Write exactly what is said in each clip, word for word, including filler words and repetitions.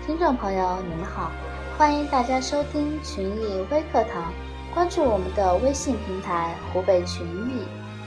听众朋友你们好，欢迎大家收听群益微课堂，关注我们的微信平台湖北群益。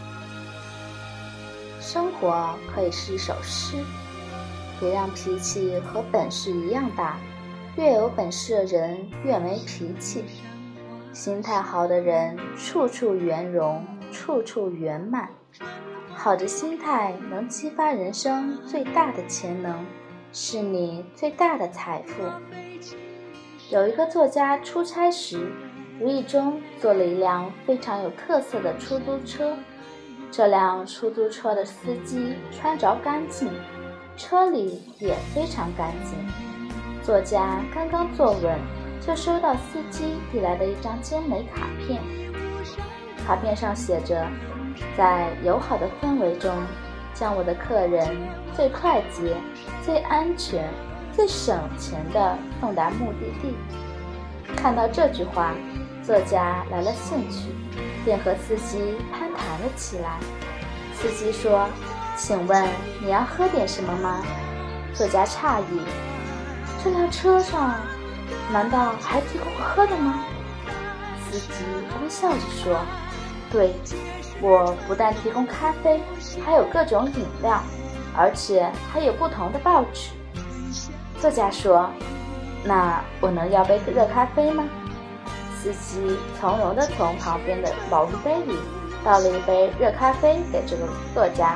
生活可以是一首诗，别让脾气和本事一样大，越有本事的人越没脾气。心态好的人处处圆融，处处圆满。好的心态能激发人生最大的潜能，是你最大的财富。有一个作家出差时，无意中坐了一辆非常有特色的出租车。这辆出租车的司机穿着干净，车里也非常干净。作家刚刚坐稳，就收到司机递来的一张精美卡片。卡片上写着，在友好的氛围中，将我的客人最快捷、最安全、最省钱地送达目的地。看到这句话，作家来了兴趣，便和司机攀谈了起来。司机说：“请问你要喝点什么吗？”作家诧异：“这辆车上难道还提供喝的吗？”司机微笑着说：“对，我不但提供咖啡，还有各种饮料，而且还有不同的报纸。”作家说：“那我能要杯热咖啡吗？”司机从容地从旁边的保温杯里倒了一杯热咖啡给这个作家，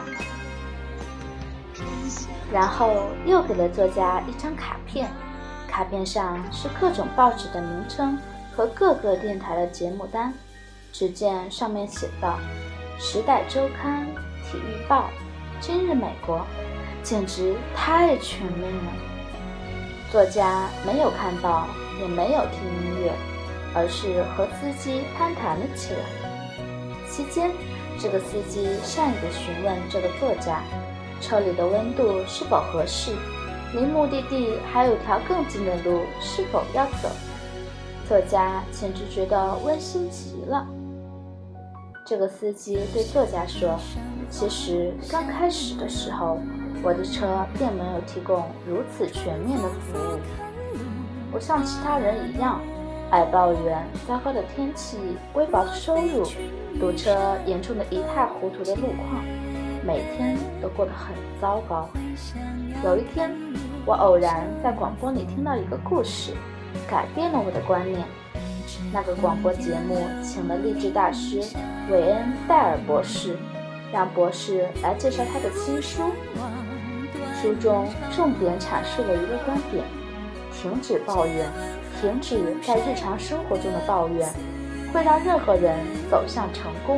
然后又给了作家一张卡片，卡片上是各种报纸的名称和各个电台的节目单。只见上面写道：时代周刊、体育报、今日美国，简直太全面了。作家没有看报，也没有听音乐，而是和司机攀谈了起来。期间，这个司机善意地询问这个作家，车里的温度是否合适，离目的地还有条更近的路是否要走。作家简直觉得温馨极了。这个司机对作家说：“其实刚开始的时候，我的车并没有提供如此全面的服务。我像其他人一样，爱抱怨糟糕的天气、微薄的收入、堵车严重的一塌糊涂的路况，每天都过得很糟糕。有一天，我偶然在广播里听到一个故事，改变了我的观念。那个广播节目请了励志大师韦恩·戴尔博士，让博士来介绍他的新书。书中重点阐述了一个观点：停止抱怨，停止在日常生活中的抱怨，会让任何人走向成功。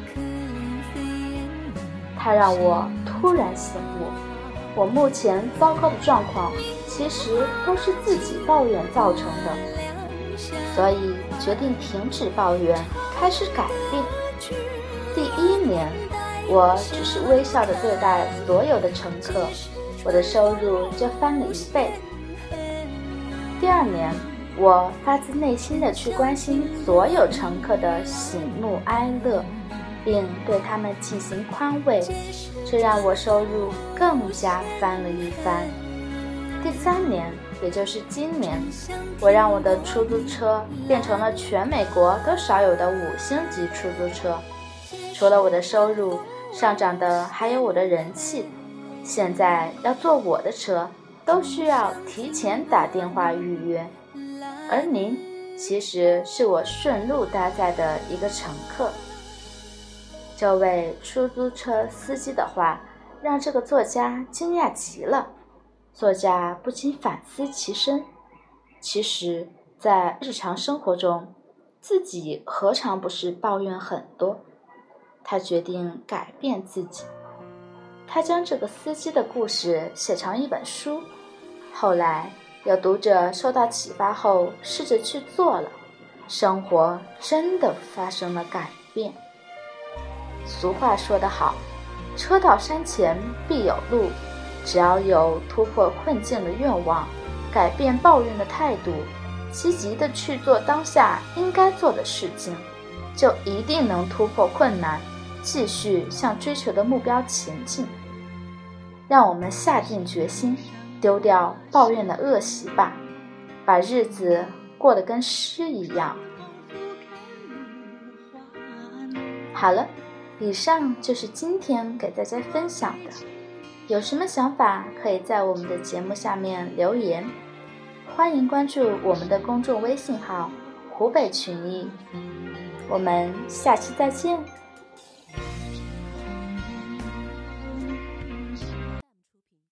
他让我突然醒悟，我目前糟糕的状况其实都是自己抱怨造成的，所以决定停止抱怨，开始改变。第一年，我只是微笑地对待所有的乘客，我的收入就翻了一倍。第二年，我发自内心地去关心所有乘客的喜怒哀乐，并对他们进行宽慰，这让我收入更加翻了一番。第三年，也就是今年，我让我的出租车变成了全美国都少有的五星级出租车。除了我的收入，上涨的还有我的人气。现在要坐我的车，都需要提前打电话预约。而您，其实是我顺路搭载的一个乘客。这位出租车司机的话，让这个作家惊讶极了。作家不禁反思其身，其实在日常生活中，自己何尝不是抱怨很多。他决定改变自己，他将这个司机的故事写成一本书。后来有读者受到启发后试着去做了，生活真的发生了改变。俗话说得好，车到山前必有路，只要有突破困境的愿望，改变抱怨的态度，积极地去做当下应该做的事情，就一定能突破困难，继续向追求的目标前进。让我们下定决心， 丢掉抱怨的恶习吧，把日子过得跟诗一样。好了，以上就是今天给大家分享的，有什么想法可以在我们的节目下面留言，欢迎关注我们的公众微信号湖北群艺，我们下期再见。